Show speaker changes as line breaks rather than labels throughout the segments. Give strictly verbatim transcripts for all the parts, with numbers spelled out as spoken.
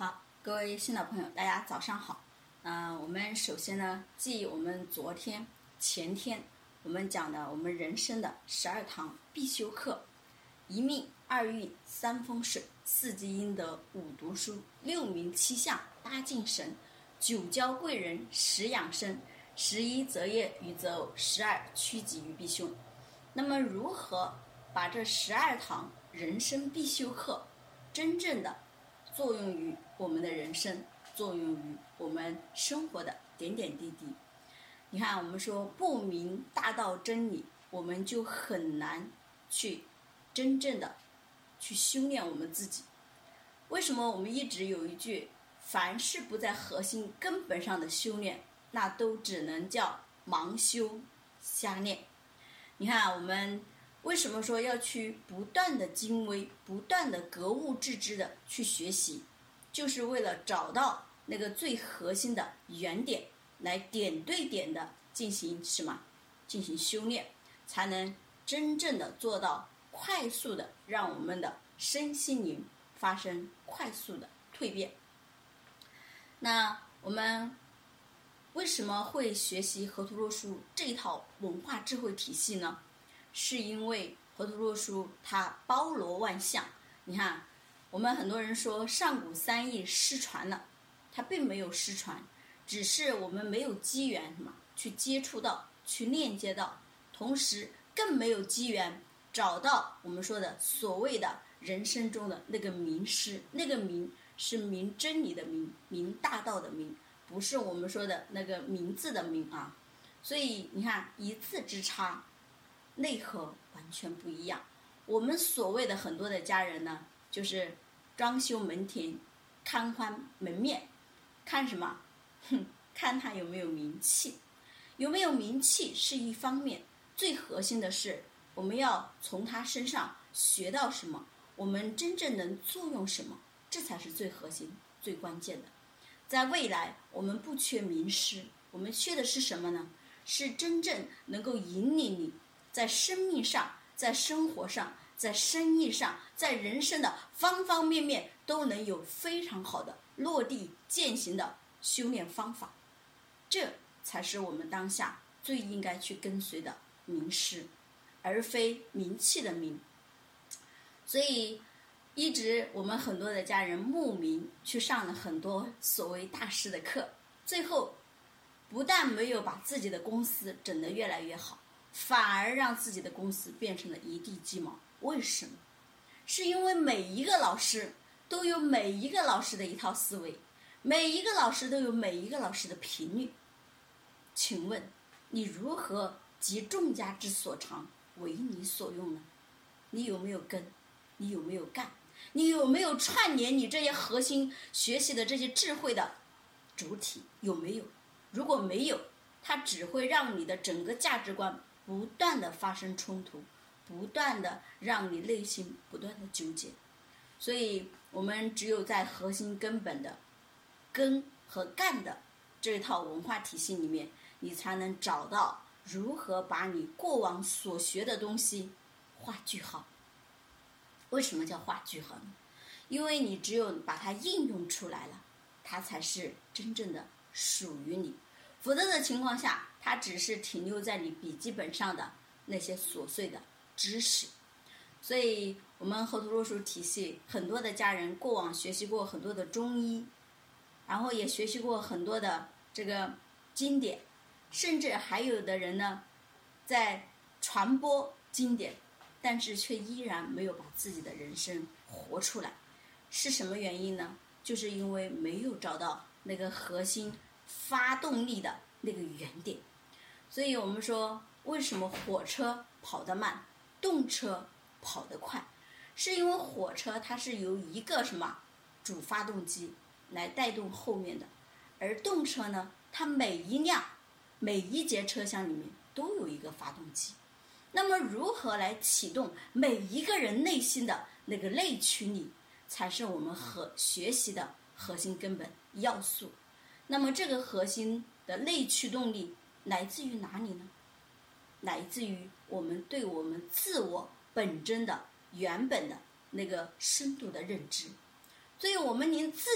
好，各位新老朋友，大家早上好。嗯、呃，我们首先呢，继我们昨天、前天我们讲的我们人生的十二堂必修课：一命、二运、三风水、四积阴德、五读书、六名七相、八敬神、九交贵人、十养生、十一择业与择偶、十二趋吉于避凶。那么，如何把这十二堂人生必修课真正的作用于我们的人生，作用于我们生活的点点滴滴？你看，我们说不明大道真理，我们就很难去真正的去修炼我们自己。为什么我们一直有一句，凡是不在核心根本上的修炼，那都只能叫盲修瞎练？你看，我们为什么说要去不断的精微，不断的格物致知的去学习，就是为了找到那个最核心的原点，来点对点的进行什么？进行修炼，才能真正的做到快速的让我们的身心灵发生快速的蜕变。那我们为什么会学习河图洛书这一套文化智慧体系呢？是因为河图洛书它包罗万象。你看，我们很多人说上古三易失传了，它并没有失传，只是我们没有机缘什么去接触到，去链接到，同时更没有机缘找到我们说的所谓的人生中的那个名师。那个名是明真理的明，明大道的明，不是我们说的那个名字的名啊。所以你看，一字之差，内核完全不一样。我们所谓的很多的家人呢，就是装修门庭，看欢门面，看什么？哼，看他有没有名气。有没有名气是一方面，最核心的是我们要从他身上学到什么，我们真正能作用什么，这才是最核心、最关键的。在未来，我们不缺名师，我们缺的是什么呢？是真正能够引领你在生命上，在生活上，在生意上，在人生的方方面面都能有非常好的落地践行的修炼方法。这才是我们当下最应该去跟随的名师，而非名气的名。所以一直我们很多的家人慕名去上了很多所谓大师的课，最后不但没有把自己的公司整得越来越好，反而让自己的公司变成了一地鸡毛。为什么？是因为每一个老师都有每一个老师的一套思维，每一个老师都有每一个老师的频率。请问你如何集众家之所长为你所用呢？你有没有跟？你有没有干？你有没有串联你这些核心学习的这些智慧的主体？有没有？如果没有，它只会让你的整个价值观不断的发生冲突，不断的让你内心不断的纠结。所以我们只有在核心根本的跟和干的这套文化体系里面，你才能找到如何把你过往所学的东西画句号。为什么叫画句号呢？因为你只有把它应用出来了，它才是真正的属于你。否则的情况下，它只是停留在你笔记本上的那些琐碎的知识。所以我们河图洛书体系很多的家人过往学习过很多的中医，然后也学习过很多的这个经典，甚至还有的人呢在传播经典，但是却依然没有把自己的人生活出来。是什么原因呢？就是因为没有找到那个核心发动力的那个原点。所以我们说，为什么火车跑得慢，动车跑得快？是因为火车它是由一个什么主发动机来带动后面的，而动车呢，它每一辆每一节车厢里面都有一个发动机。那么如何来启动每一个人内心的那个内驱力，才是我们和学习的核心根本要素。那么这个核心的内驱动力来自于哪里呢？来自于我们对我们自我本真的原本的那个深度的认知。所以我们连自己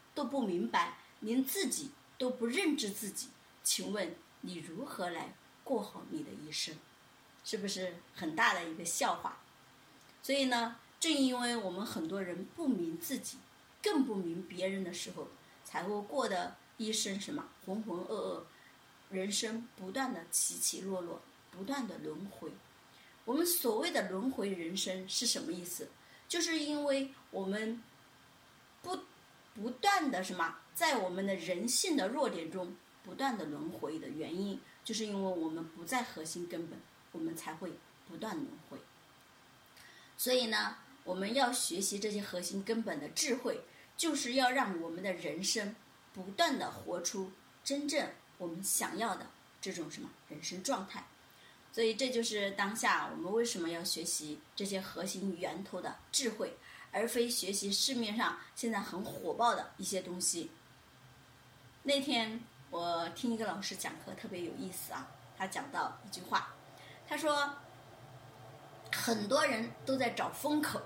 都不明白，连自己都不认知自己，请问你如何来过好你的一生？是不是很大的一个笑话？所以呢，正因为我们很多人不明自己，更不明别人的时候，才会过得一生什么浑浑噩噩，人生不断的起起落落，不断的轮回。我们所谓的轮回人生是什么意思？就是因为我们不不断的什么，在我们的人性的弱点中不断的轮回的原因，就是因为我们不在核心根本，我们才会不断轮回。所以呢，我们要学习这些核心根本的智慧，就是要让我们的人生不断的活出真正我们想要的这种什么人生状态。所以这就是当下我们为什么要学习这些核心源头的智慧，而非学习市面上现在很火爆的一些东西。那天我听一个老师讲课特别有意思啊，他讲到一句话，他说很多人都在找风口，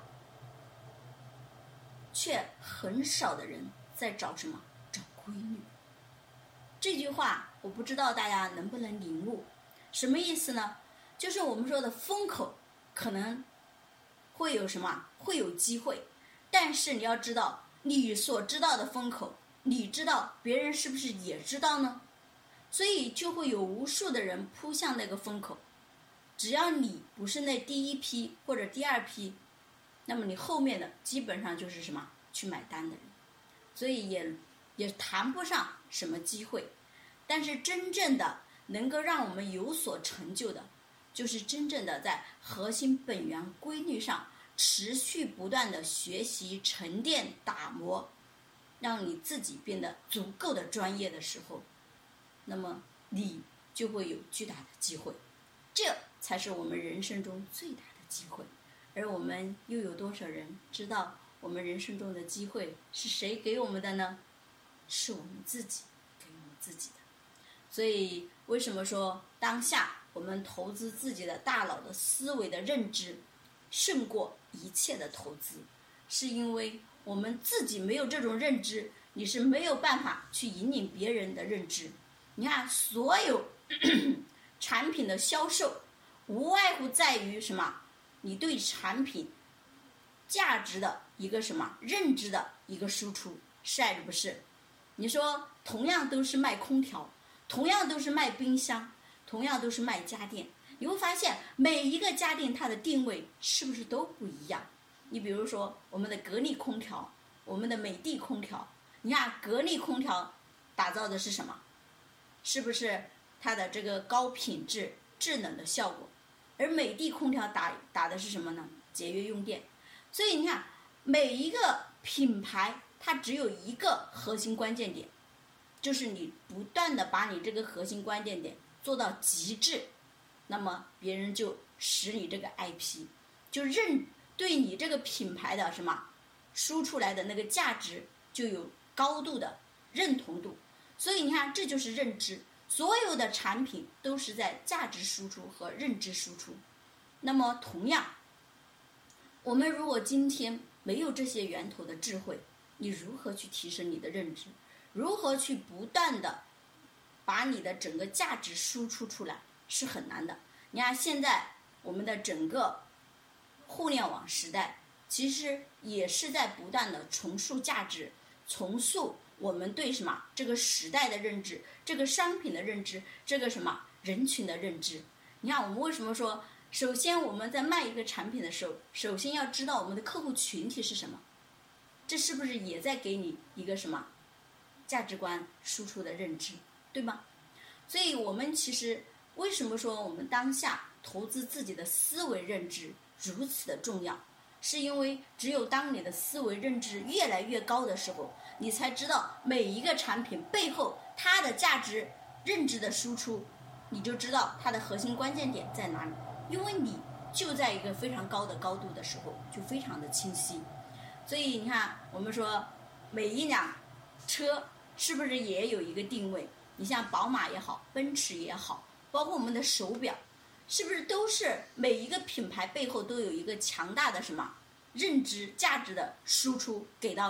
却很少的人在找什么？找规律。这句话我不知道大家能不能领悟，什么意思呢？就是我们说的风口可能会有什么？会有机会，但是你要知道，你所知道的风口，你知道别人是不是也知道呢？所以就会有无数的人扑向那个风口，只要你不是那第一批或者第二批，那么你后面的基本上就是什么？去买单的人，所以也也谈不上什么机会。但是真正的能够让我们有所成就的，就是真正的在核心本源规律上持续不断的学习、沉淀、打磨，让你自己变得足够的专业的时候，那么你就会有巨大的机会。这才是我们人生中最大的机会。而我们又有多少人知道我们人生中的机会是谁给我们的呢？是我们自己给我们自己的。所以为什么说当下我们投资自己的大脑的思维的认知胜过一切的投资？是因为我们自己没有这种认知，你是没有办法去引领别人的认知。你看所有咳咳产品的销售无外乎在于什么？你对产品价值的一个什么认知的一个输出，是还是不是？你说同样都是卖空调，同样都是卖冰箱，同样都是卖家电，你会发现每一个家电它的定位是不是都不一样？你比如说我们的格力空调，我们的美的空调，你看格力空调打造的是什么？是不是它的这个高品质智能的效果？而美的空调打打的是什么呢？节约用电。所以你看每一个品牌它只有一个核心关键点，就是你不断的把你这个核心关键点做到极致，那么别人就使你这个 I P 就认对你这个品牌的什么输出来的那个价值就有高度的认同度。所以你看这就是认知，所有的产品都是在价值输出和认知输出。那么同样，我们如果今天没有这些源头的智慧，你如何去提升你的认知？如何去不断的把你的整个价值输出出来，是很难的。你看现在我们的整个互联网时代，其实也是在不断的重塑价值，重塑我们对什么这个时代的认知，这个商品的认知，这个什么人群的认知。你看我们为什么说，首先我们在卖一个产品的时候，首先要知道我们的客户群体是什么，这是不是也在给你一个什么价值观输出的认知，对吗？所以我们其实为什么说我们当下投资自己的思维认知如此的重要，是因为只有当你的思维认知越来越高的时候，你才知道每一个产品背后它的价值认知的输出，你就知道它的核心关键点在哪里。因为你就在一个非常高的高度的时候，就非常的清晰。所以你看我们说每一辆车是不是也有一个定位？你像宝马也好，奔驰也好，包括我们的手表，是不是都是每一个品牌背后都有一个强大的什么认知价值的输出给到你，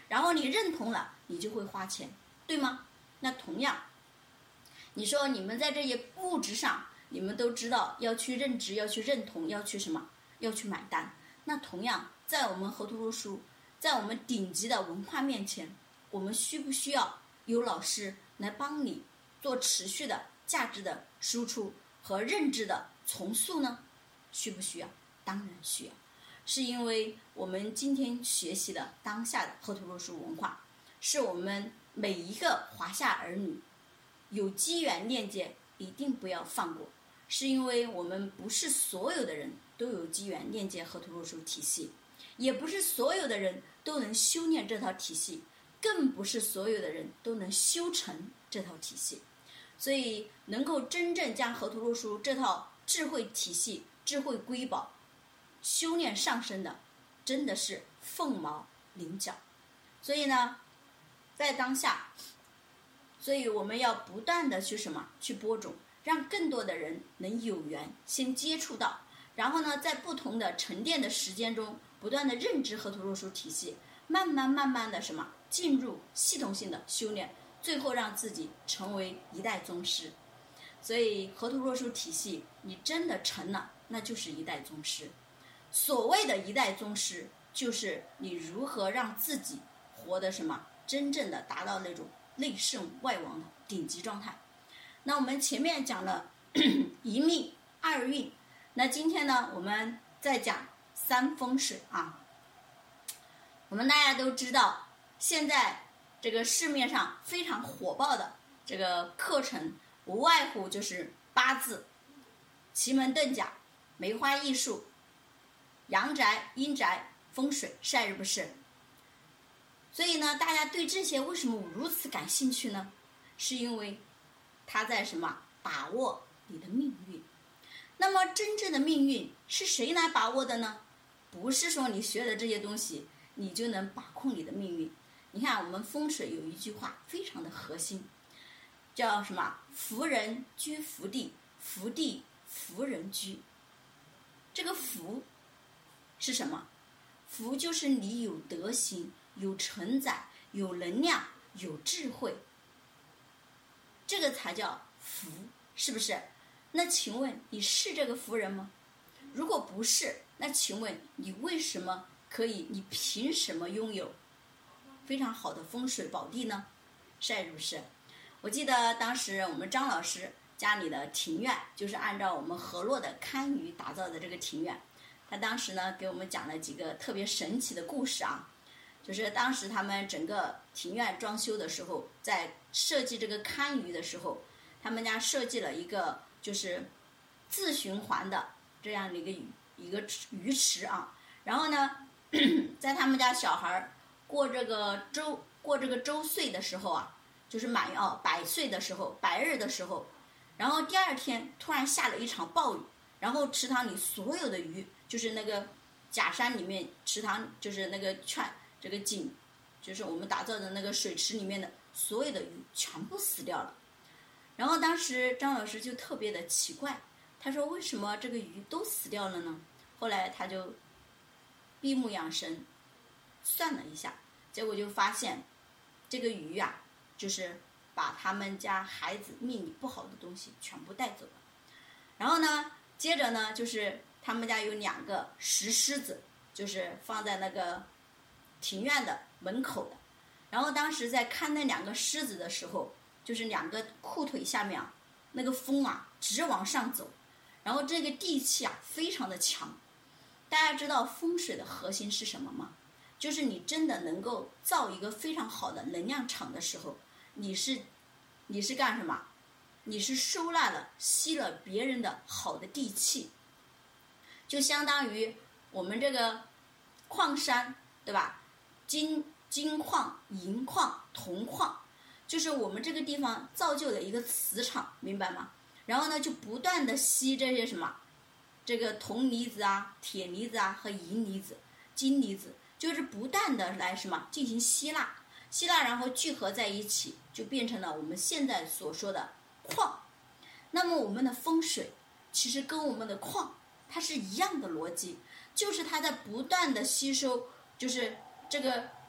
然后你认同了，你就会花钱，对吗？那同样，你说你们在这些物质上，你们都知道要去认知，要去认同，要去什么？要去买单。那同样，在我们河图洛书，在我们顶级的文化面前，我们需不需要有老师来帮你做持续的价值的输出和认知的重塑呢？需不需要？当然需要。是因为我们今天学习的当下的河图洛书文化，是我们每一个华夏儿女有机缘链接一定不要放过，是因为我们不是所有的人都有机缘链接河图洛书体系，也不是所有的人都能修炼这套体系，更不是所有的人都能修成这套体系。所以能够真正将河图洛书这套智慧体系、智慧瑰宝修炼上升的，真的是凤毛麟角。所以呢，在当下，所以我们要不断的去什么？去播种，让更多的人能有缘先接触到，然后呢，在不同的沉淀的时间中，不断的认知河图洛书体系，慢慢慢慢的什么？进入系统性的修炼，最后让自己成为一代宗师。所以河图洛书体系，你真的成了，那就是一代宗师。所谓的一代宗师，就是你如何让自己活得什么？真正的达到那种内圣外王的顶级状态。那我们前面讲了一命二运，那今天呢，我们再讲三风水啊。我们大家都知道，现在这个市面上非常火爆的这个课程，无外乎就是八字、奇门遁甲、梅花易数、阳宅、阴宅、风水，是不是？所以呢，大家对这些为什么如此感兴趣呢？是因为他在什么？把握你的命运。那么真正的命运是谁来把握的呢？不是说你学的这些东西你就能把控你的命运。你看我们风水有一句话非常的核心，叫什么？福人居福地，福地福人居。这个福是什么？福就是你有德行，有承载，有能量，有智慧，这个才叫福，是不是？那请问你是这个福人吗？如果不是，那请问你为什么可以，你凭什么拥有非常好的风水宝地呢？是不是？我记得当时我们张老师家里的庭院，就是按照我们河洛的堪舆打造的这个庭院，他当时呢给我们讲了几个特别神奇的故事啊。就是当时他们整个庭院装修的时候，在设计这个堪舆的时候，他们家设计了一个就是自循环的这样的一个一个鱼池啊。然后呢，在他们家小孩过这个周过这个周岁的时候啊，就是满哦百岁的时候，百日的时候，然后第二天突然下了一场暴雨，然后池塘里所有的鱼，就是那个假山里面池塘就是那个圈。这个井，就是我们打造的那个水池里面的所有的鱼全部死掉了。然后当时张老师就特别的奇怪，他说为什么这个鱼都死掉了呢？后来他就闭目养神算了一下，结果就发现这个鱼啊，就是把他们家孩子命里不好的东西全部带走了。然后呢，接着呢，就是他们家有两个石狮子，就是放在那个庭院的门口的。然后当时在看那两个狮子的时候，就是两个裤腿下面啊，那个风啊直往上走，然后这个地气啊非常的强。大家知道风水的核心是什么吗？就是你真的能够造一个非常好的能量场的时候，你是你是干什么？你是收纳了吸了别人的好的地气，就相当于我们这个矿山，对吧？金金矿、银矿、铜矿，就是我们这个地方造就了一个磁场，明白吗？然后呢，就不断的吸这些什么，这个铜离子啊、铁离子啊和银离子、金离子，就是不断的来什么进行吸纳，吸纳然后聚合在一起，就变成了我们现在所说的矿。那么我们的风水其实跟我们的矿它是一样的逻辑，就是它在不断的吸收，就是这个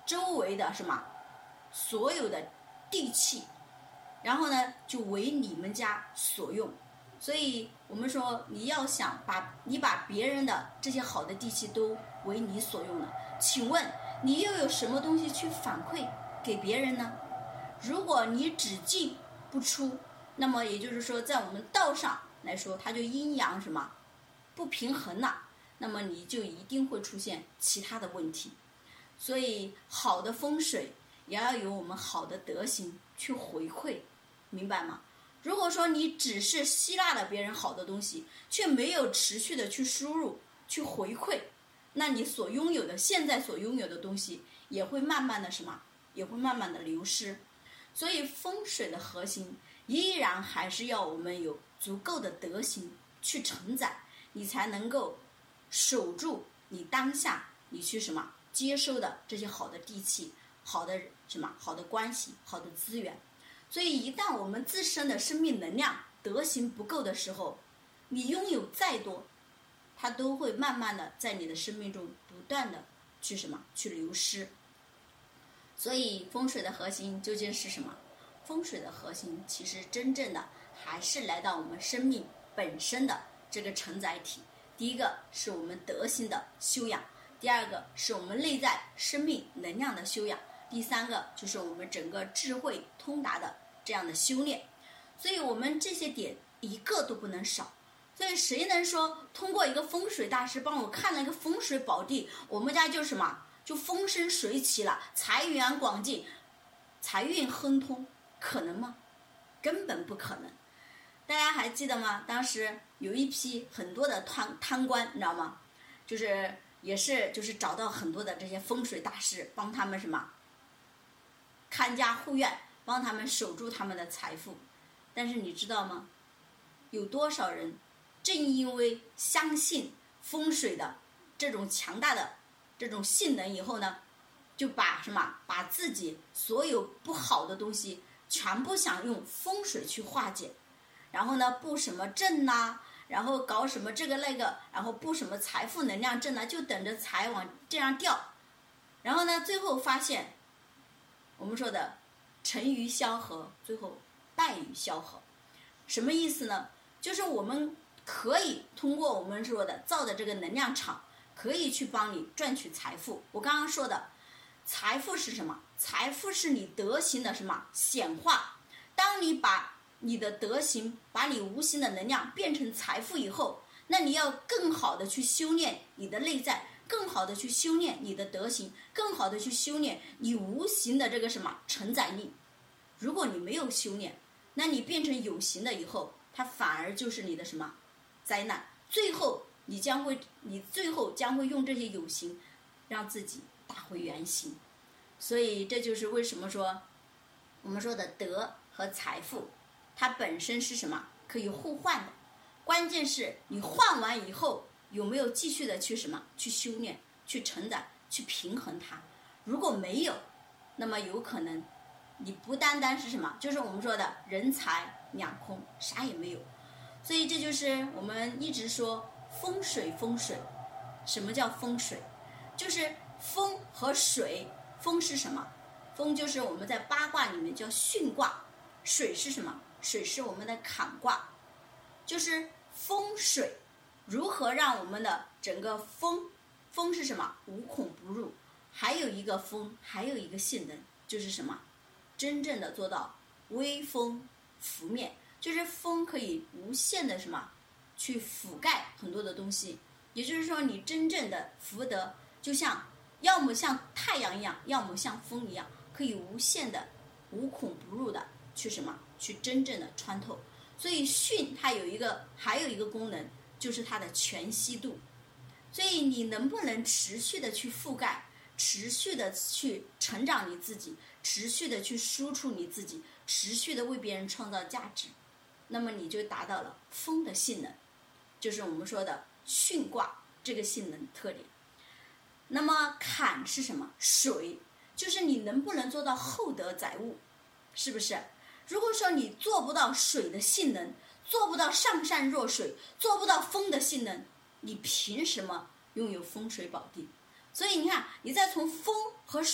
周围的什么所有的地气，然后呢就为你们家所用。所以我们说你要想把你把别人的这些好的地气都为你所用了，请问你又有什么东西去反馈给别人呢？如果你只进不出，那么也就是说在我们道上来说，它就阴阳什么不平衡了，那么你就一定会出现其他的问题。所以好的风水也要有我们好的德行去回馈，明白吗？如果说你只是吸纳了别人好的东西，却没有持续的去输入去回馈，那你所拥有的现在所拥有的东西也会慢慢的什么也会慢慢的流失。所以风水的核心依然还是要我们有足够的德行去承载，你才能够守住你当下你去什么接收的这些好的地气，好的什么好的关系，好的资源。所以一旦我们自身的生命能量德行不够的时候，你拥有再多，它都会慢慢的在你的生命中不断的去什么去流失。所以风水的核心究竟是什么？风水的核心其实真正的还是来到我们生命本身的这个承载体。第一个是我们德行的修养，第二个是我们内在生命能量的修养，第三个就是我们整个智慧通达的这样的修炼。所以我们这些点一个都不能少。所以谁能说通过一个风水大师帮我看了一个风水宝地，我们家就什么就风生水起了，财源广进，财运亨通，可能吗？根本不可能。大家还记得吗？当时有一批很多的贪贪官，你知道吗？就是也是就是找到很多的这些风水大师，帮他们什么看家护院，帮他们守住他们的财富。但是你知道吗？有多少人正因为相信风水的这种强大的这种性能以后呢，就把什么把自己所有不好的东西全部想用风水去化解，然后呢布什么阵呐、然后搞什么这个那个，然后布什么财富能量阵啊，就等着财往这样掉。然后呢最后发现我们说的成于萧何，最后败于萧何。什么意思呢？就是我们可以通过我们说的造的这个能量场，可以去帮你赚取财富。我刚刚说的财富是什么？财富是你德行的什么显化。当你把你的德行，把你无形的能量变成财富以后，那你要更好的去修炼你的内在，更好的去修炼你的德行，更好的去修炼你无形的这个什么承载力。如果你没有修炼，那你变成有形的以后，它反而就是你的什么灾难。最后你将会你最后将会用这些有形让自己打回原形。所以这就是为什么说我们说的德和财富它本身是什么可以互换的，关键是你换完以后有没有继续的去什么去修炼，去承载，去平衡它。如果没有，那么有可能你不单单是什么，就是我们说的人财两空，啥也没有。所以这就是我们一直说风水风水。什么叫风水？就是风和水。风是什么？风就是我们在八卦里面叫巽卦。水是什么？水是我们的坎卦。就是风水如何让我们的整个风，风是什么？无孔不入。还有一个风，还有一个性能，就是什么？真正的做到微风拂面，就是风可以无限的什么去覆盖很多的东西。也就是说你真正的福德就像要么像太阳一样，要么像风一样，可以无限的无孔不入的去什么去真正的穿透。所以巽它有一个还有一个功能，就是它的全息度。所以你能不能持续的去覆盖，持续的去成长你自己，持续的去输出你自己，持续的为别人创造价值，那么你就达到了风的性能，就是我们说的巽卦这个性能特点。那么坎是什么？水，就是你能不能做到厚德载物，是不是？如果说你做不到水的性能，做不到上善若水，做不到风的性能，你凭什么拥有风水宝地？所以你看，你再从风和水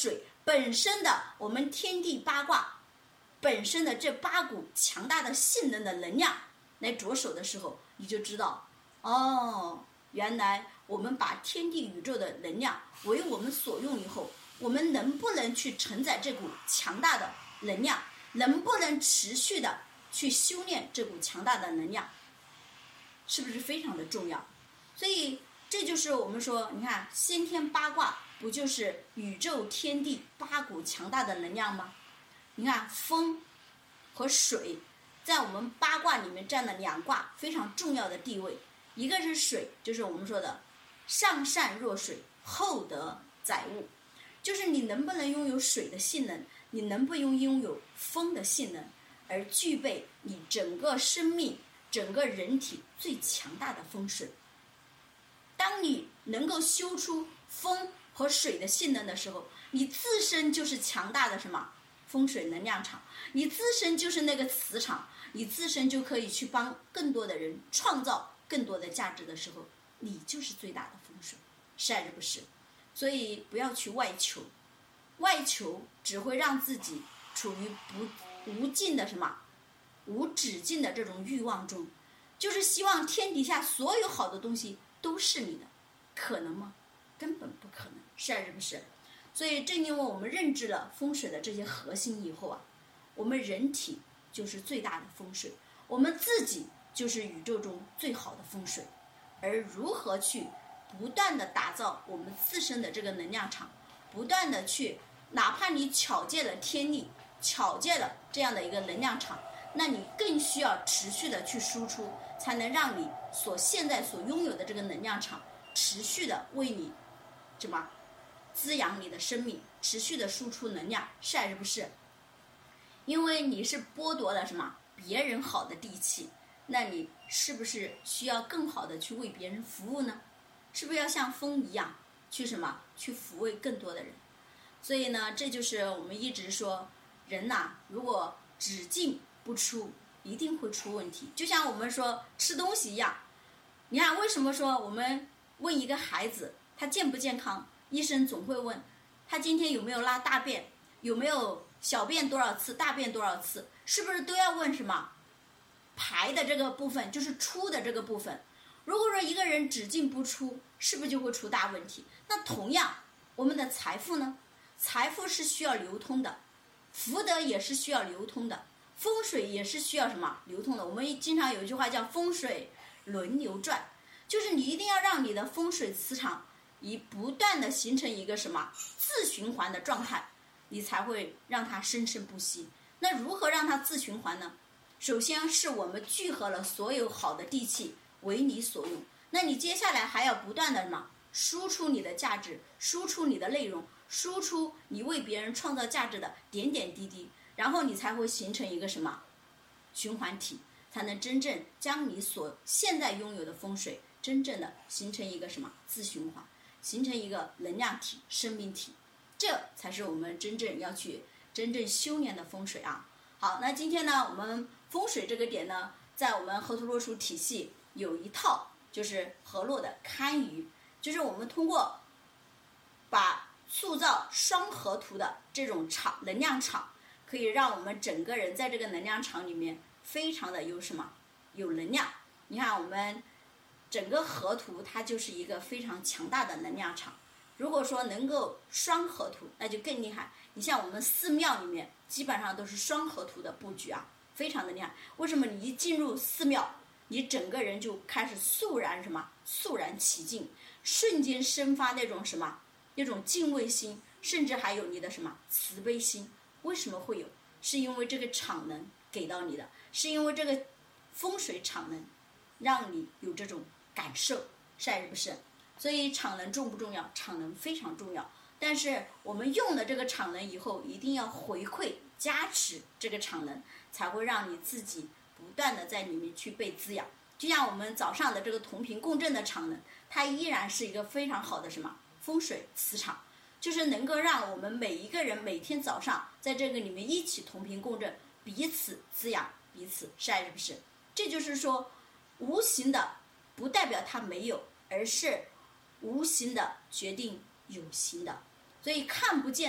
本身的我们天地八卦本身的这八股强大的性能的能量来着手的时候，你就知道，哦，原来我们把天地宇宙的能量为我们所用以后，我们能不能去承载这股强大的能量，能不能持续的去修炼这股强大的能量，是不是非常的重要？所以这就是我们说，你看先天八卦不就是宇宙天地八股强大的能量吗？你看风和水在我们八卦里面占了两卦非常重要的地位，一个是水，就是我们说的上善若水，厚德载物，就是你能不能拥有水的性能，你能不能拥有风的性能，而具备你整个生命整个人体最强大的风水。当你能够修出风和水的性能的时候，你自身就是强大的什么风水能量场，你自身就是那个磁场，你自身就可以去帮更多的人创造更多的价值的时候，你就是最大的风水，是还是不是？所以不要去外求，外求只会让自己处于不无尽的什么无止境的这种欲望中，就是希望天底下所有好的东西都是你的，可能吗？根本不可能，是还是不是？所以正因为我们认知了风水的这些核心以后啊，我们人体就是最大的风水，我们自己就是宇宙中最好的风水。而如何去不断的打造我们自身的这个能量场，不断的去，哪怕你巧借了天力，巧借了这样的一个能量场，那你更需要持续的去输出，才能让你所现在所拥有的这个能量场持续的为你什么滋养你的生命，持续的输出能量，是还是不是？因为你是剥夺了什么别人好的地气，那你是不是需要更好的去为别人服务呢？是不是要像风一样去什么去抚慰更多的人？所以呢，这就是我们一直说，人呐、啊，如果只进不出，一定会出问题。就像我们说吃东西一样，你看为什么说我们问一个孩子他健不健康，医生总会问他今天有没有拉大便，有没有小便多少次，大便多少次，是不是都要问什么排的这个部分，就是出的这个部分。如果说一个人只进不出，是不是就会出大问题？那同样我们的财富呢，财富是需要流通的，福德也是需要流通的，风水也是需要什么流通的。我们经常有一句话叫风水轮流转，就是你一定要让你的风水磁场以不断的形成一个什么自循环的状态，你才会让它生生不息。那如何让它自循环呢？首先是我们聚合了所有好的地气为你所用，那你接下来还要不断的什么输出你的价值，输出你的内容，输出你为别人创造价值的点点滴滴，然后你才会形成一个什么循环体，才能真正将你所现在拥有的风水真正的形成一个什么自循环，形成一个能量体、生命体，这才是我们真正要去真正修炼的风水啊。好，那今天呢，我们风水这个点呢，在我们河图洛书体系有一套就是河洛的堪舆，就是我们通过把塑造双河图的这种场能量场，可以让我们整个人在这个能量场里面非常的有什么有能量。你看我们整个河图它就是一个非常强大的能量场，如果说能够双河图那就更厉害。你像我们寺庙里面基本上都是双河图的布局啊，非常的厉害。为什么你一进入寺庙，你整个人就开始肃然什么肃然起敬，瞬间生发那种什么那种敬畏心，甚至还有你的什么慈悲心。为什么会有？是因为这个场能给到你的，是因为这个风水场能让你有这种感受，是还是不是？所以场能重不重要？场能非常重要，但是我们用了这个场能以后，一定要回馈加持这个场能，才会让你自己不断的在里面去被滋养。就像我们早上的这个同频共振的场能，它依然是一个非常好的什么风水磁场，就是能够让我们每一个人每天早上在这个里面一起同频共振，彼此滋养彼此，是还是不是？这就是说无形的不代表它没有，而是无形的决定有形的，所以看不见的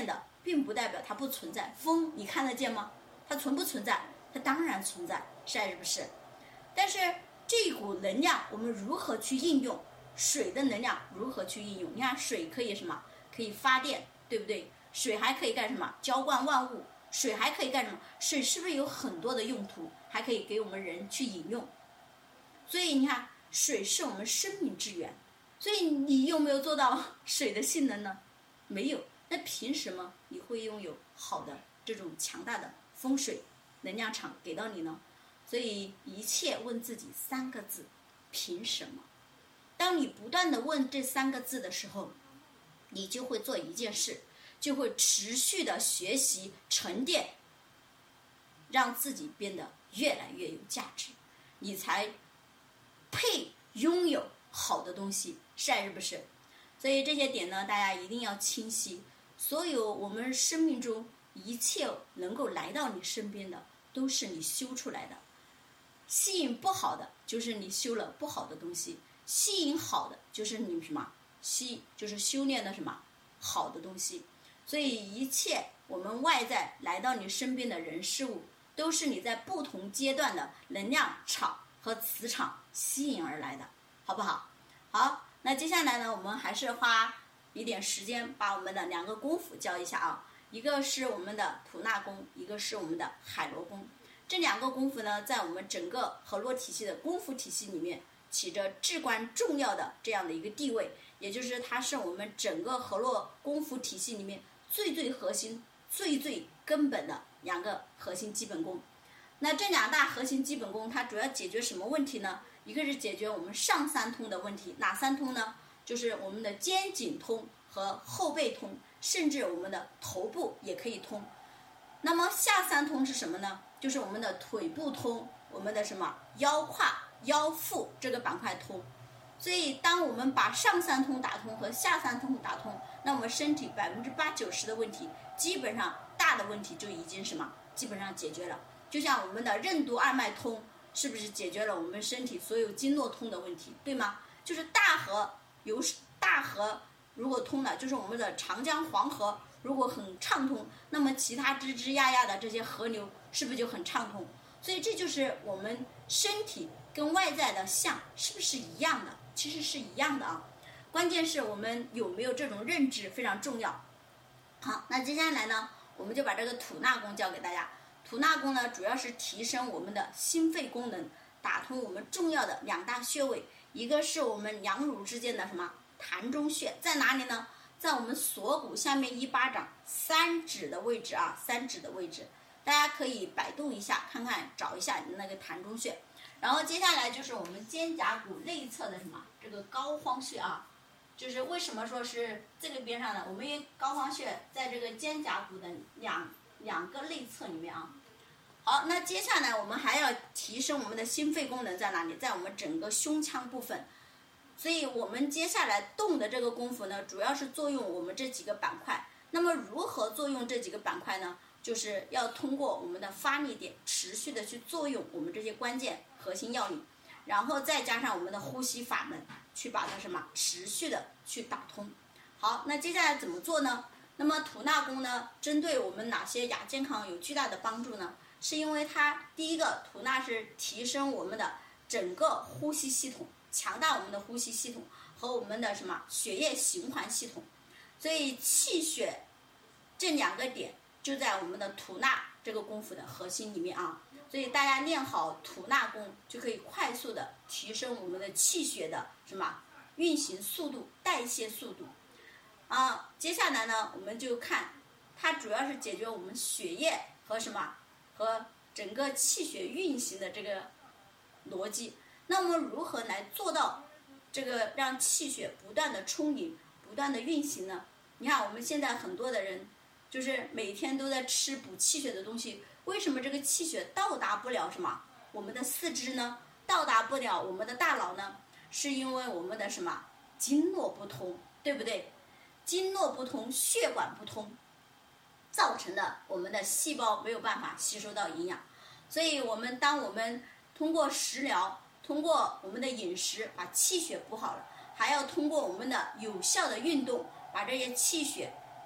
并不代表它不存在。风你看得见吗？它存不存在？它当然存在，是还是不是？但是这股能量我们如何去应用？水的能量如何去应用？你看水可以什么？可以发电，对不对？水还可以干什么？浇灌万物。水还可以干什么？水是不是有很多的用途？还可以给我们人去饮用。所以你看，水是我们生命之源。所以你有没有做到水的性能呢？没有。那凭什么你会拥有好的这种强大的风水能量场给到你呢？所以一切问自己三个字：凭什么？当你不断的问这三个字的时候，你就会做一件事，就会持续的学习沉淀，让自己变得越来越有价值，你才配拥有好的东西，是还是不是？所以这些点呢，大家一定要清晰。所有我们生命中一切能够来到你身边的，都是你修出来的。吸引不好的，就是你修了不好的东西；吸引好的，就是你什么吸，就是修炼的什么好的东西。所以一切我们外在来到你身边的人事物，都是你在不同阶段的能量场和磁场吸引而来的，好不好？好，那接下来呢，我们还是花一点时间把我们的两个功夫教一下啊，一个是我们的吐纳功，一个是我们的海螺功。这两个功夫呢，在我们整个河洛体系的功夫体系里面起着至关重要的这样的一个地位，也就是它是我们整个河洛功夫体系里面最最核心、最最根本的两个核心基本功。那这两大核心基本功，它主要解决什么问题呢？一个是解决我们上三通的问题，哪三通呢？就是我们的肩颈通和后背通，甚至我们的头部也可以通。那么下三通是什么呢？就是我们的腿部通，我们的什么腰胯、腰腹这个板块通。所以当我们把上三通打通和下三通打通，那我们身体百分之八九十的问题，基本上大的问题就已经什么基本上解决了。就像我们的任督二脉通，是不是解决了我们身体所有经络通的问题，对吗？就是大河有大河如果通了，就是我们的长江黄河如果很畅通，那么其他吱吱呀呀的这些河流是不是就很畅通？所以这就是我们身体跟外在的相是不是一样的？其实是一样的啊，关键是我们有没有这种认知非常重要。好，那接下来呢，我们就把这个吐纳功教给大家。吐纳功呢，主要是提升我们的心肺功能，打通我们重要的两大穴位，一个是我们两乳之间的什么膻中穴，在哪里呢？在我们锁骨下面一巴掌三指的位置啊，三指的位置，大家可以百度一下，看看找一下你的那个膻中穴。然后接下来就是我们肩胛骨内侧的什么这个膏肓穴啊，就是为什么说是这个边上呢？我们因为膏肓穴在这个肩胛骨的两两个内侧里面啊。好，那接下来我们还要提升我们的心肺功能在哪里？在我们整个胸腔部分。所以我们接下来动的这个功夫呢，主要是作用我们这几个板块。那么如何作用这几个板块呢？就是要通过我们的发力点持续的去作用我们这些关键核心要领，然后再加上我们的呼吸法门，去把它什么持续的去打通。好，那接下来怎么做呢？那么吐纳功呢，针对我们哪些亚健康有巨大的帮助呢？是因为它第一个吐纳是提升我们的整个呼吸系统，强大我们的呼吸系统和我们的什么血液循环系统，所以气血这两个点就在我们的吐纳这个功夫的核心里面啊。所以大家练好吐纳功，就可以快速的提升我们的气血的什么运行速度、代谢速度啊。接下来呢，我们就看它主要是解决我们血液和什么和整个气血运行的这个逻辑。那我们如何来做到这个让气血不断的充盈、不断的运行呢？你看我们现在很多的人就是每天都在吃补气血的东西，为什么这个气血到达不了什么我们的四肢呢？到达不了我们的大脑呢？是因为我们的什么经络不通，对不对？经络不通，血管不通，造成的我们的细胞没有办法吸收到营养。所以我们当我们通过食疗，通过我们的饮食把气血补好了，还要通过我们的有效的运动把这些气血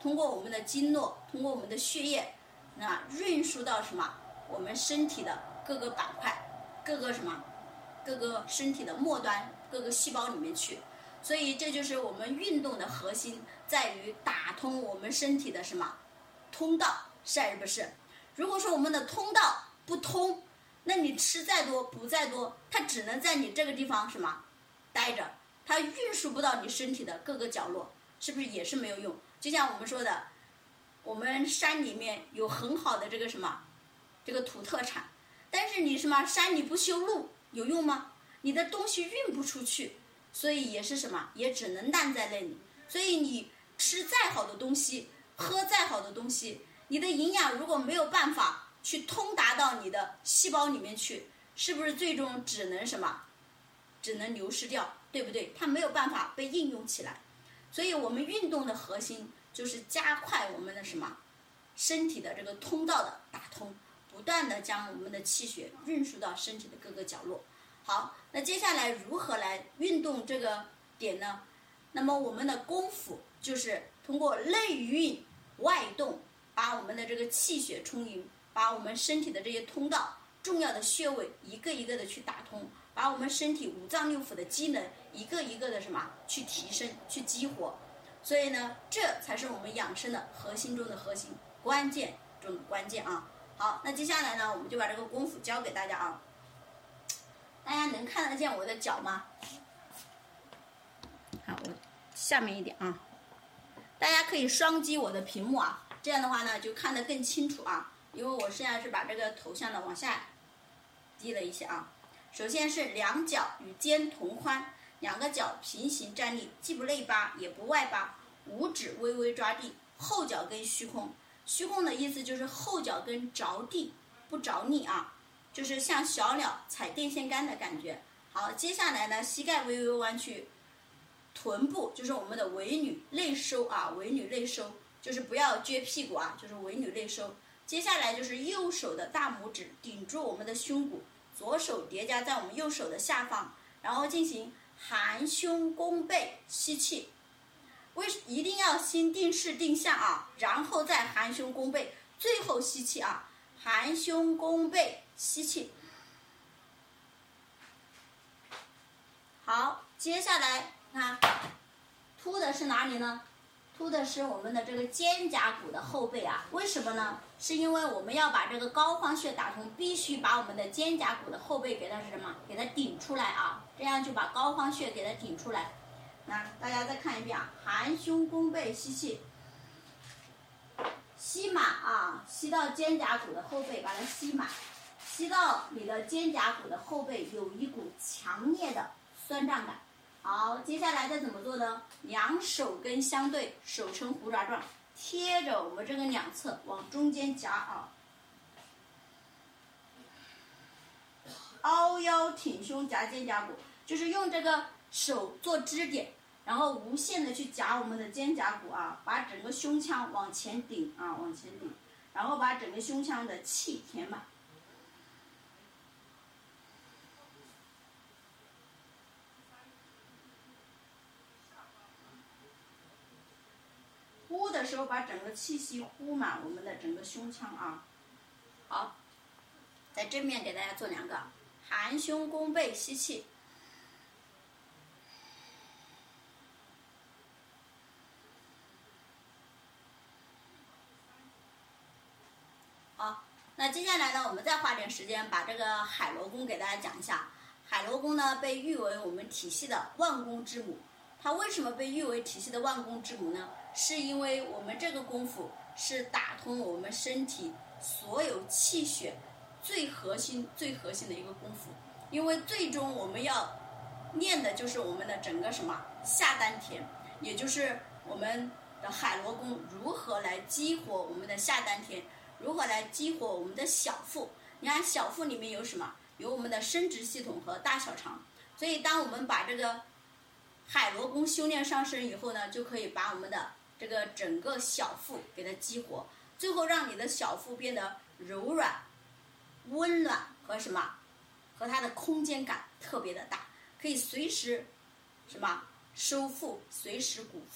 通过我们的经络，通过我们的血液，那运输到什么？我们身体的各个板块，各个什么？各个身体的末端，各个细胞里面去。所以这就是我们运动的核心，在于打通我们身体的什么通道，是不是？如果说我们的通道不通，那你吃再多补再多，它只能在你这个地方什么待着，它运输不到你身体的各个角落，是不是也是没有用？就像我们说的，我们山里面有很好的这个什么这个土特产，但是你什么山里不修路有用吗？你的东西运不出去，所以也是什么，也只能烂在那里。所以你吃再好的东西，喝再好的东西，你的营养如果没有办法去通达到你的细胞里面去，是不是最终只能什么，只能流失掉，对不对？它没有办法被应用起来。所以我们运动的核心就是加快我们的什么身体的这个通道的打通，不断的将我们的气血运输到身体的各个角落。好，那接下来如何来运动这个点呢？那么我们的功夫就是通过内运外动，把我们的这个气血充盈，把我们身体的这些通道重要的穴位一个一个的去打通，把我们身体五脏六腑的机能一个一个的什么去提升去激活。所以呢，这才是我们养生的核心中的核心，关键中的关键啊。好，那接下来呢，我们就把这个功夫教给大家啊。大家能看得见我的脚吗？好，我下面一点啊，大家可以双击我的屏幕啊，这样的话呢就看得更清楚啊。因为我现在是把这个头像呢往下低了一些啊。首先是两脚与肩同宽，两个脚平行站立，既不内八也不外八，五指微微抓地，后脚跟虚空。虚空的意思就是后脚跟着地不着地啊，就是像小鸟踩电线杆的感觉。好，接下来呢，膝盖微微弯曲，臀部就是我们的尾闾内收啊，尾闾内收就是不要撅屁股啊，就是尾闾内收。接下来就是右手的大拇指顶住我们的胸骨，左手叠加在我们右手的下方，然后进行含胸弓背吸气。为一定要先定势定向啊，然后再含胸弓背，最后吸气啊，含胸弓背吸气。好，接下来看凸的是哪里呢？凸的是我们的这个肩胛骨的后背啊。为什么呢？是因为我们要把这个膏肓穴打通，必须把我们的肩胛骨的后背给它是什么？给它顶出来啊，这样就把膏肓穴给它顶出来。那大家再看一遍啊，含胸弓背吸气，吸满啊，吸到肩胛骨的后背，把它吸满，吸到你的肩胛骨的后背有一股强烈的酸胀感。好，接下来再怎么做呢？两手跟相对，手呈虎爪状，贴着我们这个两侧往中间夹啊，凹腰挺胸夹肩胛骨，就是用这个手做支点，然后无限的去夹我们的肩胛骨啊，把整个胸腔往前顶啊，往前顶，然后把整个胸腔的气填满。呼的时候把整个气息呼满我们的整个胸腔啊。好，在正面给大家做两个，含胸弓背吸气，好，那接下来呢，我们再花点时间把这个海螺功给大家讲一下。海螺功呢，被誉为我们体系的万功之母。它为什么被誉为体系的万功之母呢？是因为我们这个功夫是打通我们身体所有气血最核心、最核心的一个功夫。因为最终我们要练的就是我们的整个什么下丹田，也就是我们的海螺功如何来激活我们的下丹田，如何来激活我们的小腹。你看小腹里面有什么？有我们的生殖系统和大小肠。所以当我们把这个海螺功修炼上身以后呢，就可以把我们的这个整个小腹给它激活，最后让你的小腹变得柔软、温暖和什么？和它的空间感特别的大，可以随时什么收腹，随时鼓腹。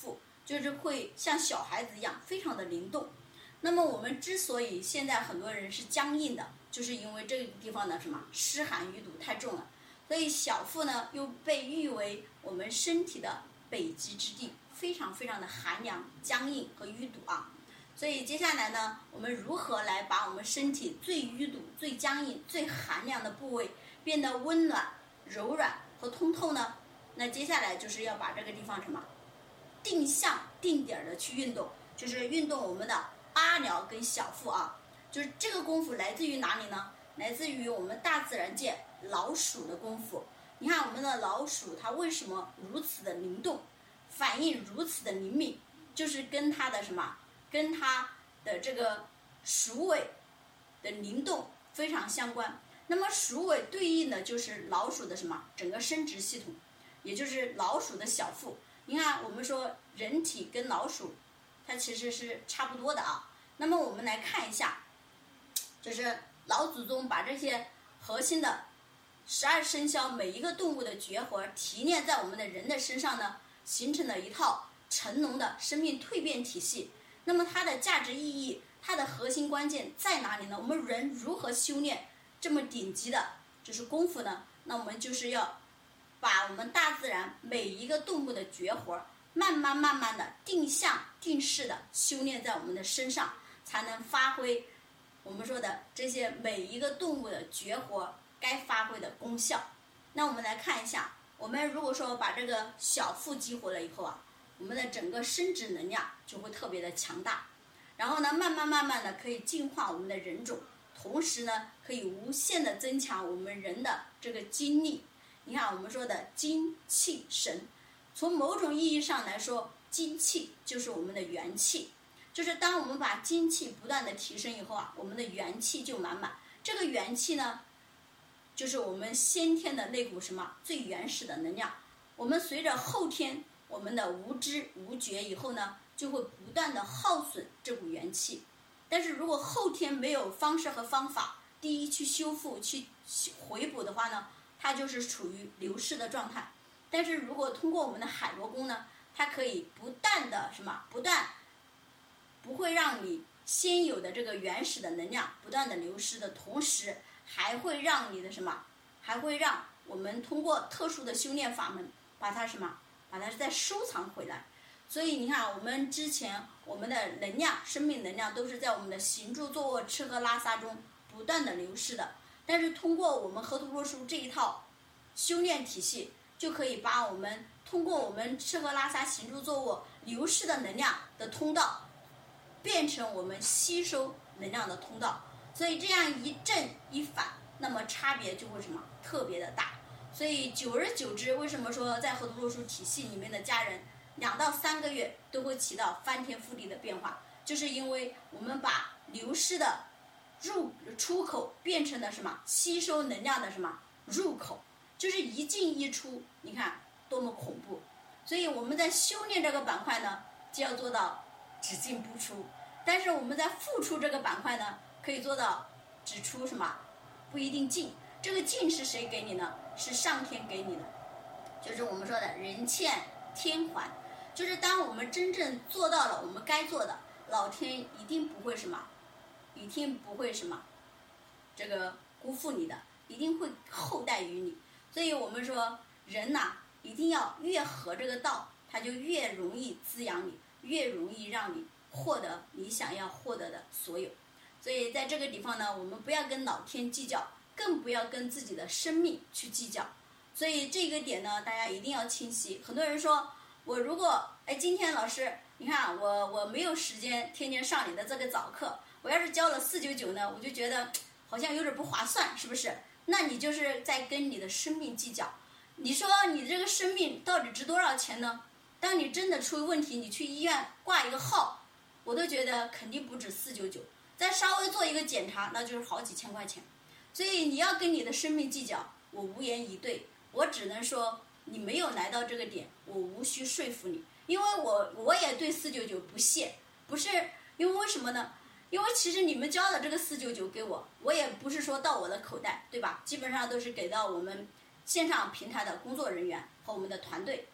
就是会像小孩子一样非常的灵动。那么我们之所以现在很多人是僵硬的，就是因为这个地方的什么湿寒淤堵太重了，所以小腹呢又被誉为我们身体的北极之地，非常非常的寒凉、僵硬和淤堵啊。所以接下来呢，我们如何来把我们身体最淤堵、最僵硬、最寒凉的部位变得温暖、柔软和通透呢？那接下来就是要把这个地方什么定向、定点的去运动，就是运动我们的八髎跟小腹啊。就是这个功夫来自于哪里呢？来自于我们大自然界老鼠的功夫。你看我们的老鼠，它为什么如此的灵动，反应如此的灵敏，就是跟它的什么？跟它的这个鼠尾的灵动非常相关。那么鼠尾对应的就是老鼠的什么？整个生殖系统，也就是老鼠的小腹。你看我们说人体跟老鼠它其实是差不多的啊。那么我们来看一下，就是老祖宗把这些核心的十二生肖每一个动物的绝活提炼在我们的人的身上呢，形成了一套成龙的生命蜕变体系。那么它的价值意义，它的核心关键在哪里呢？我们人如何修炼这么顶级的就是功夫呢？那我们就是要把我们大自然每一个动物的绝活慢慢慢慢的定向定势的修炼在我们的身上，才能发挥我们说的这些每一个动物的绝活该发挥的功效。那我们来看一下，我们如果说把这个小腹激活了以后啊，我们的整个生殖能量就会特别的强大，然后呢慢慢慢慢的可以净化我们的人种，同时呢可以无限的增强我们人的这个精力。你看我们说的精气神，从某种意义上来说，精气就是我们的元气，就是当我们把精气不断的提升以后啊，我们的元气就满满。这个元气呢就是我们先天的那股什么最原始的能量。我们随着后天我们的无知无觉以后呢，就会不断的耗损这股元气。但是如果后天没有方式和方法，第一去修复去回补的话呢，它就是处于流失的状态。但是如果通过我们的海螺功呢，它可以不断的什么不断不会让你先有的这个原始的能量不断的流失的同时，还会让你的什么还会让我们通过特殊的修炼法门把它什么把它再收藏回来。所以你看我们之前我们的能量生命能量都是在我们的行住坐卧吃喝拉撒中不断的流失的，但是通过我们河图洛书这一套修炼体系，就可以把我们通过我们吃喝拉撒行住坐卧流失的能量的通道变成我们吸收能量的通道。所以这样一正一反，那么差别就会什么特别的大。所以久而久之，为什么说在河图洛书体系里面的家人两到三个月都会起到翻天覆地的变化，就是因为我们把流失的入出口变成了什么吸收能量的什么入口，就是一进一出，你看多么恐怖。所以我们在修炼这个板块呢，就要做到只进不出，但是我们在付出这个板块呢，可以做到只出什么不一定进。这个进是谁给你呢？是上天给你的，就是我们说的人欠天还。就是当我们真正做到了我们该做的，老天一定不会什么一定不会什么这个辜负你的，一定会厚待于你。所以我们说人呐、啊，一定要越合这个道，它就越容易滋养你，越容易让你获得你想要获得的所有。所以在这个地方呢，我们不要跟老天计较，更不要跟自己的生命去计较。所以这个点呢，大家一定要清晰。很多人说我如果哎，今天老师你看我我没有时间天天上你的这个早课，我要是交了四九九呢，我就觉得好像有点不划算，是不是？那你就是在跟你的生命计较。你说你这个生命到底值多少钱呢？当你真的出问题，你去医院挂一个号，我都觉得肯定不止四九九，再稍微做一个检查，那就是好几千块钱。所以你要跟你的生命计较，我无言以对。我只能说你没有来到这个点，我无需说服你，因为我我也对四九九不屑，不是因为为什么呢？因为其实你们交的这个四九九给我，我也不是说到我的口袋，对吧？基本上都是给到我们线上平台的工作人员和我们的团队。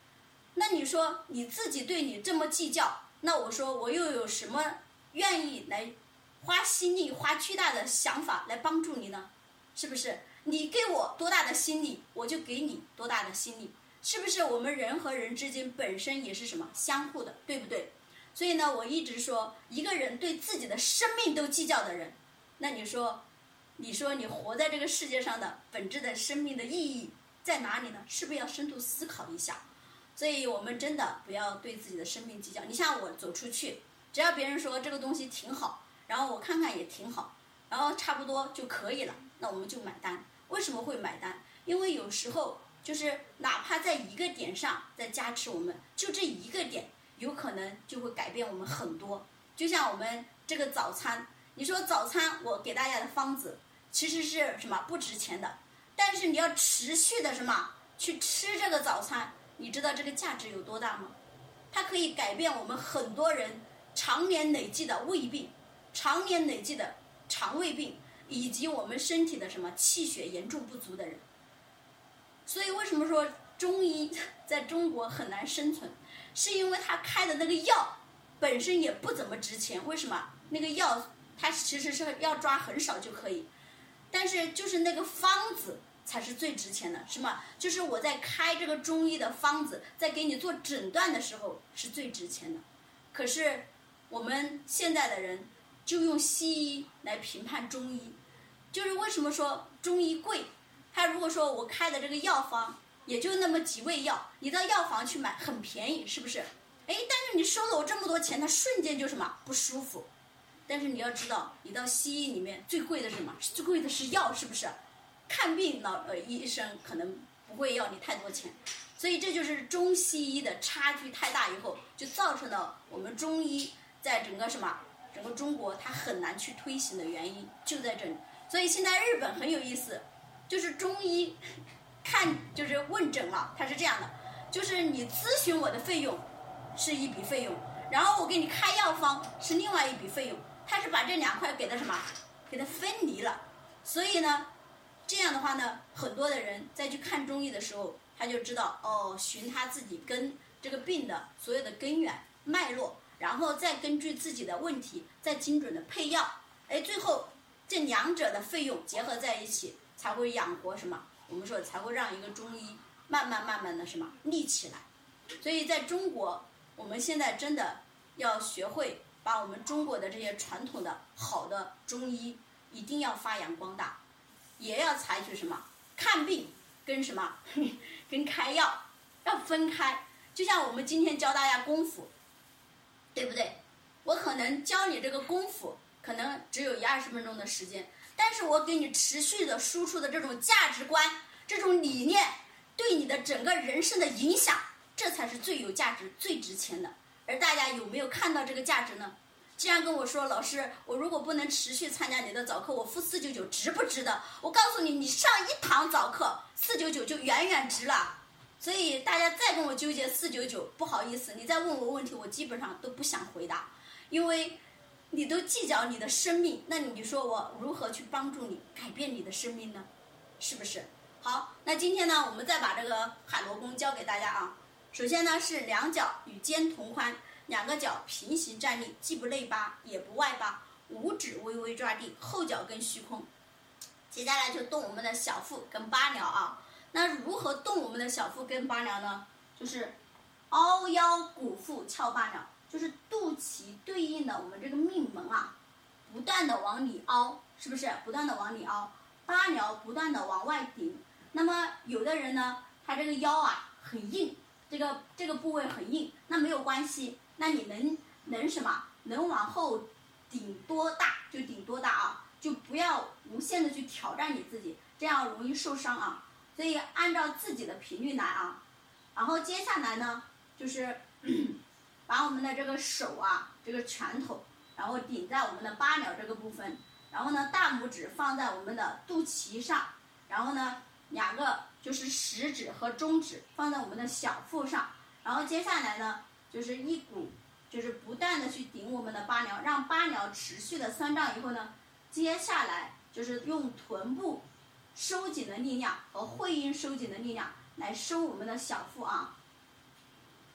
那你说你自己对你这么计较，那我说我又有什么愿意来花心力、花巨大的想法来帮助你呢？是不是？你给我多大的心力，我就给你多大的心力，是不是？我们人和人之间本身也是什么相互的，对不对？所以呢，我一直说，一个人对自己的生命都计较的人，那你说，你说你活在这个世界上的本质的生命的意义在哪里呢？是不是要深度思考一下？所以我们真的不要对自己的生命计较。你像我走出去，只要别人说这个东西挺好，然后我看看也挺好，然后差不多就可以了，那我们就买单。为什么会买单？因为有时候就是哪怕在一个点上在加持我们，就这一个点有可能就会改变我们很多。就像我们这个早餐，你说早餐我给大家的方子其实是什么不值钱的，但是你要持续的什么去吃这个早餐，你知道这个价值有多大吗？它可以改变我们很多人常年累积的胃病，常年累积的肠胃病，以及我们身体的什么气血严重不足的人。所以为什么说中医在中国很难生存，是因为他开的那个药本身也不怎么值钱。为什么？那个药它其实是要抓很少就可以，但是就是那个方子才是最值钱的，是吗？就是我在开这个中医的方子，在给你做诊断的时候是最值钱的。可是我们现在的人就用西医来评判中医，就是为什么说中医贵？他如果说我开的这个药方也就那么几味药，你到药房去买很便宜，是不是？哎，但是你收了我这么多钱，它瞬间就什么不舒服。但是你要知道，你到西医里面最贵的是什么？最贵的是药，是不是？看病老呃医生可能不会要你太多钱，所以这就是中西医的差距太大，以后就造成了我们中医在整个什么整个中国它很难去推行的原因就在这里。所以现在日本很有意思，就是中医看就是问诊啊，它是这样的，就是你咨询我的费用是一笔费用，然后我给你开药方是另外一笔费用，它是把这两块给它什么给它分离了。所以呢这样的话呢，很多的人再去看中医的时候，他就知道哦，寻他自己跟这个病的所有的根源脉络，然后再根据自己的问题再精准的配药，哎，最后这两者的费用结合在一起，才会养活什么？我们说才会让一个中医慢慢慢慢的什么立起来。所以在中国，我们现在真的要学会把我们中国的这些传统的好的中医一定要发扬光大。也要采取什么看病跟什么跟开药要分开。就像我们今天教大家功夫，对不对？我可能教你这个功夫可能只有一二十分钟的时间，但是我给你持续的输出的这种价值观，这种理念对你的整个人生的影响，这才是最有价值最值钱的。而大家有没有看到这个价值呢？既然跟我说，老师，我如果不能持续参加你的早课，我付四九九值不值得？我告诉你，你上一堂早课四九九就远远值了。所以大家再跟我纠结四九九，不好意思，你再问我问题，我基本上都不想回答，因为你都计较你的生命，那你说我如何去帮助你改变你的生命呢？是不是？好，那今天呢，我们再把这个海螺功教给大家啊。首先呢是两脚与肩同宽。两个脚平行站立，既不内八也不外八，五指微微抓地，后脚跟虚空。接下来就动我们的小腹跟八髎啊。那如何动我们的小腹跟八髎呢？就是凹腰鼓腹翘八髎，就是肚脐对应的我们这个命门啊，不断的往里凹，是不是？不断的往里凹，八髎不断的往外顶。那么有的人呢，他这个腰啊很硬，这个这个部位很硬，那没有关系。那你能能什么？能往后顶多大就顶多大啊，就不要无限的去挑战你自己，这样容易受伤啊。所以按照自己的频率来啊。然后接下来呢，就是把我们的这个手啊，这个拳头，然后顶在我们的八髎这个部分，然后呢大拇指放在我们的肚脐上，然后呢两个就是食指和中指放在我们的小腹上，然后接下来呢就是一股就是不断的去顶我们的八髎，让八髎持续的酸胀以后呢，接下来就是用臀部收紧的力量和会阴收紧的力量来收我们的小腹啊。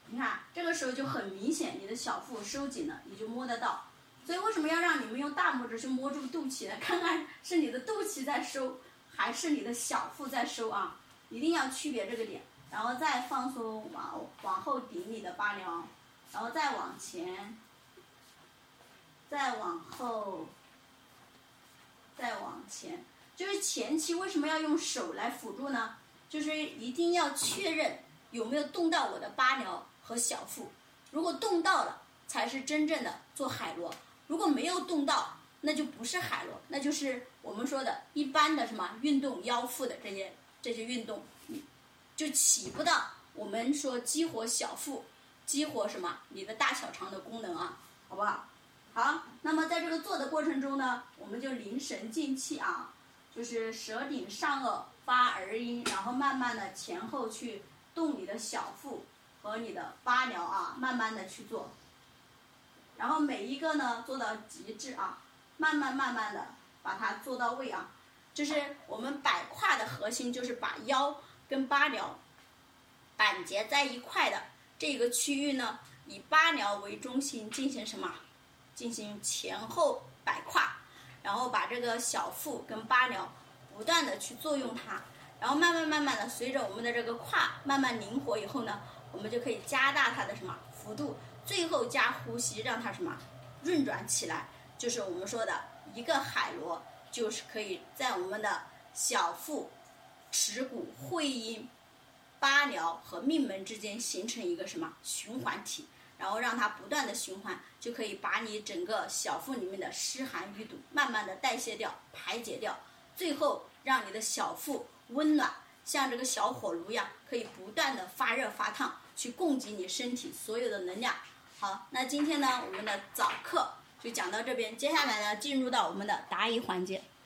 你看这个时候就很明显，你的小腹收紧了，你就摸得到。所以为什么要让你们用大拇指去摸住肚脐呢？看看是你的肚脐在收，还是你的小腹在收啊？一定要区别这个点，然后再放松，往往后顶你的八髎，然后再往前，再往后，再往前。就是前期为什么要用手来辅助呢？就是一定要确认有没有动到我的八髎和小腹。如果动到了，才是真正的做海螺；如果没有动到，那就不是海螺，那就是我们说的一般的什么运动腰腹的这些这些运动，就起不到我们说激活小腹、激活什么你的大小肠的功能啊，好不好？好，那么在这个做的过程中呢，我们就凝神静气啊，就是舌顶上颚发儿音，然后慢慢的前后去动你的小腹和你的八髎啊，慢慢的去做，然后每一个呢做到极致啊，慢慢慢慢的把它做到位啊。就是我们摆胯的核心，就是把腰跟八髎板结在一块的这个区域呢，以八髎为中心进行什么？进行前后摆胯，然后把这个小腹跟八髎不断的去作用它，然后慢慢慢慢的随着我们的这个胯慢慢灵活以后呢，我们就可以加大它的什么幅度，最后加呼吸让它什么润转起来，就是我们说的一个海螺，就是可以在我们的小腹、耻骨、会阴、八髎和命门之间形成一个什么循环体，然后让它不断的循环，就可以把你整个小腹里面的湿寒淤堵慢慢的代谢掉、排解掉，最后让你的小腹温暖，像这个小火炉一样，可以不断的发热发烫，去供给你身体所有的能量。好，那今天呢，我们的早课就讲到这边，接下来呢，进入到我们的答疑环节。